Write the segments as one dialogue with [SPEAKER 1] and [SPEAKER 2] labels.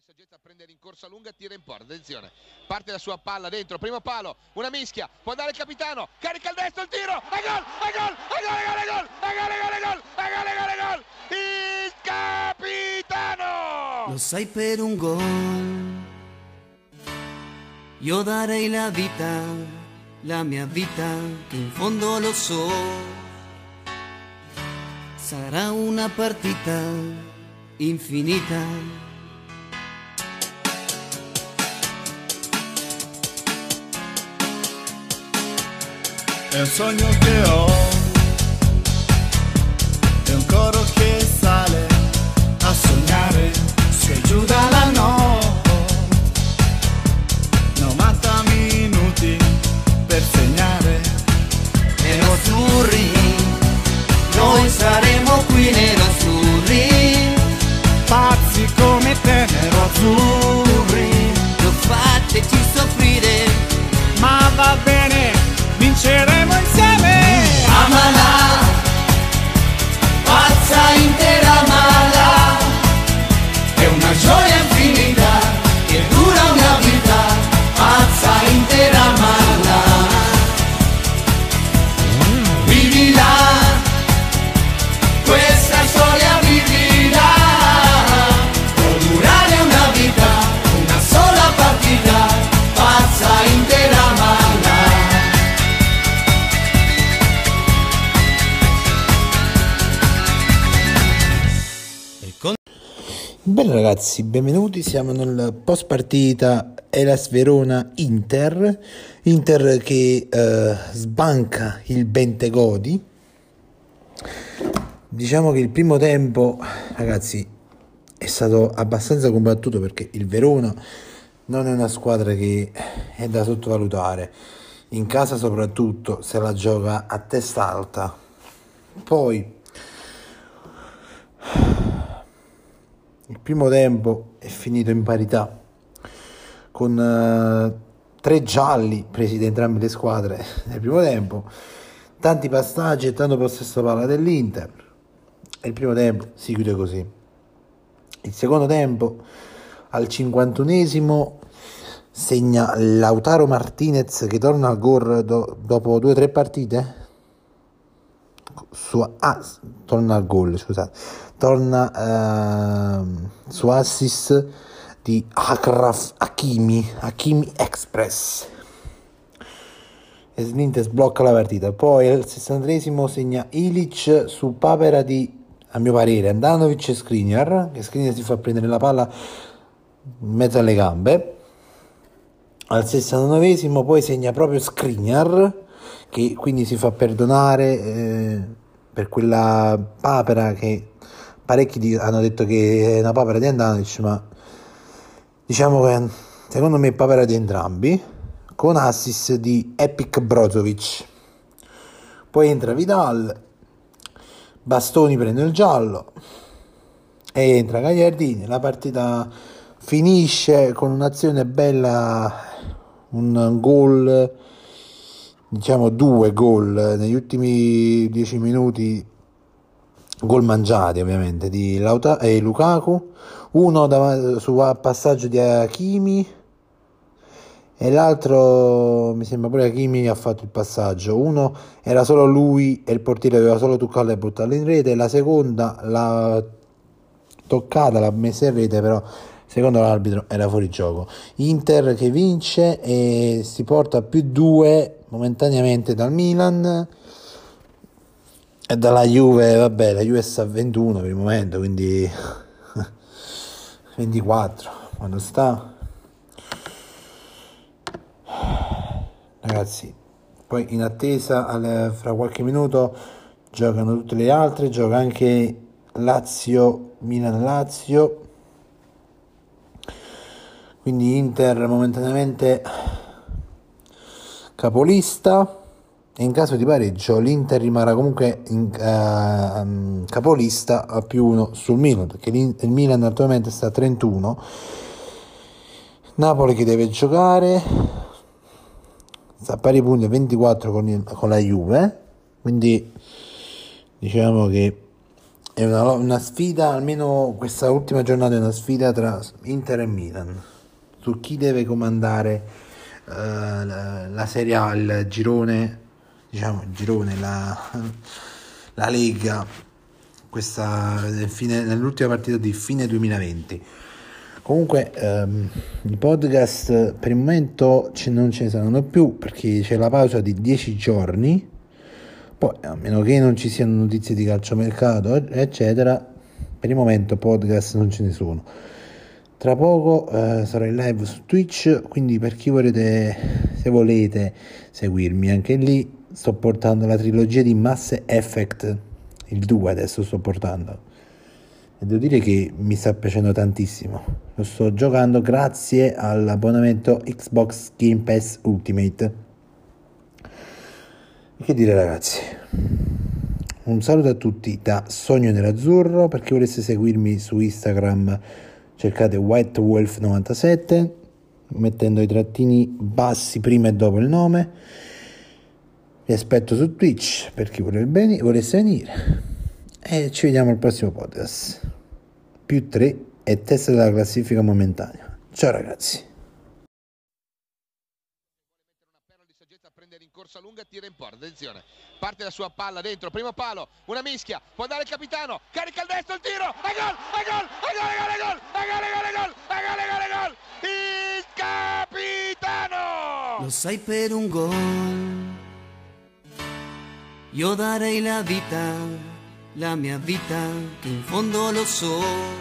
[SPEAKER 1] saggezza a prendere in corsa lunga, tira in porta, attenzione, parte la sua palla dentro, primo palo, una mischia, può andare il capitano, carica il destro, il tiro, e gol, e gol, e gol, e gol, e gol, e gol, e gol, e gol, e gol, e gol, e gol, il capitano!
[SPEAKER 2] Lo sai, per un gol io darei la vita, la mia vita, che in fondo lo so, sarà una partita infinita.
[SPEAKER 3] È un sogno che ho, è un coro che sale a sognare, su e giù dalla notte, 90 minuti per segnare.
[SPEAKER 2] Nerazzurri, noi saremo qui nerazzurri,
[SPEAKER 3] Pazzi come te,
[SPEAKER 2] nerazzurri, lo fateci soffrire,
[SPEAKER 3] ma va bene, vinceremo insieme.
[SPEAKER 2] amala, pazza intera mala, è una gioia infinita che dura una vita, pazza intera mala, vivila, questa storia vivila, può durare una vita, una sola partita, pazza intera mala.
[SPEAKER 4] Bene ragazzi, benvenuti, siamo nel post partita Hellas Verona Inter che sbanca il Bentegodi. Diciamo che il primo tempo, ragazzi, è stato abbastanza combattuto perché il Verona non è una squadra che è da sottovalutare, in casa soprattutto se la gioca a testa alta. Poi il primo tempo è finito in parità con 3 gialli presi da entrambe le squadre nel primo tempo, tanti passaggi e tanto possesso palla dell'Inter, e il primo tempo si chiude così. Il secondo tempo, al 51esimo, segna Lautaro Martinez che torna al gol dopo 2 o 3 partite. Torna al gol, scusate, torna su assist di Achraf Hakimi Express, e l'Inter sblocca la partita. Poi al 63esimo segna Ilic su papera di, a mio parere, Andanovic e Skriniar, che Skriniar si fa prendere la palla in mezzo alle gambe. Al 69esimo poi segna proprio Skriniar, che quindi si fa perdonare per quella papera che parecchi hanno detto che è una papera di Andanovic, ma diciamo che secondo me è papera di entrambi, con assist di Epic Brozovic. Poi entra Vidal, Bastoni prende il giallo e entra Gagliardini. La partita finisce con un'azione bella, un gol, diciamo 2 gol negli ultimi 10 minuti, gol mangiati ovviamente, di Lukaku, uno su passaggio di Hakimi e l'altro mi sembra pure Hakimi ha fatto il passaggio. Uno era solo lui e il portiere aveva solo toccato e buttato in rete, la seconda l'ha toccata, l'ha messa in rete, però secondo l'arbitro era fuori gioco. Inter che vince e si porta a +2 momentaneamente dal Milan e dalla Juve. Vabbè, la Juve sta a 21 per il momento, quindi 24 quando sta, ragazzi. Poi in attesa, fra qualche minuto giocano tutte le altre, gioca anche Milan-Lazio, quindi Inter momentaneamente capolista, e in caso di pareggio l'Inter rimarrà comunque capolista a +1 sul Milan, perché il Milan attualmente sta a 31. Napoli che deve giocare sta a pari punti a 24 con la Juve, quindi diciamo che È una sfida, almeno questa ultima giornata è una sfida tra Inter e Milan su chi deve comandare la Serie A, il girone, la Lega, nell'ultima partita di fine 2020. Comunque i podcast per il momento non ce ne saranno più perché c'è la pausa di 10 giorni. Poi, a meno che non ci siano notizie di calciomercato, eccetera, per il momento podcast non ce ne sono. Tra poco sarò in live su Twitch, quindi per chi se volete seguirmi anche lì, sto portando la trilogia di Mass Effect, il 2 adesso sto portando. E devo dire che mi sta piacendo tantissimo. Lo sto giocando grazie all'abbonamento Xbox Game Pass Ultimate. Che dire ragazzi, un saluto a tutti da Sogno Nerazzurro. Per chi volesse seguirmi su Instagram cercate WhiteWolf97 mettendo i trattini bassi prima e dopo il nome. Vi aspetto su Twitch per chi volesse venire e ci vediamo al prossimo podcast. +3 e testa della classifica momentanea. Ciao ragazzi.
[SPEAKER 1] Prende rincorsa lunga, tira in porta, attenzione, parte la sua palla dentro, primo palo, una mischia, può andare il capitano, carica il destro, il tiro, e gol, e gol, e gol, e gol, e gol, e gol, e gol, e gol, e gol, e gol, e gol, il capitano!
[SPEAKER 2] Lo sai, per un gol io darei la vita, la mia vita, che in fondo lo so,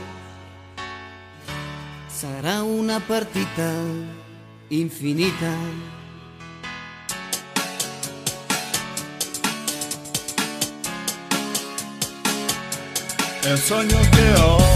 [SPEAKER 2] sarà una partita infinita.
[SPEAKER 3] È un sogno che ho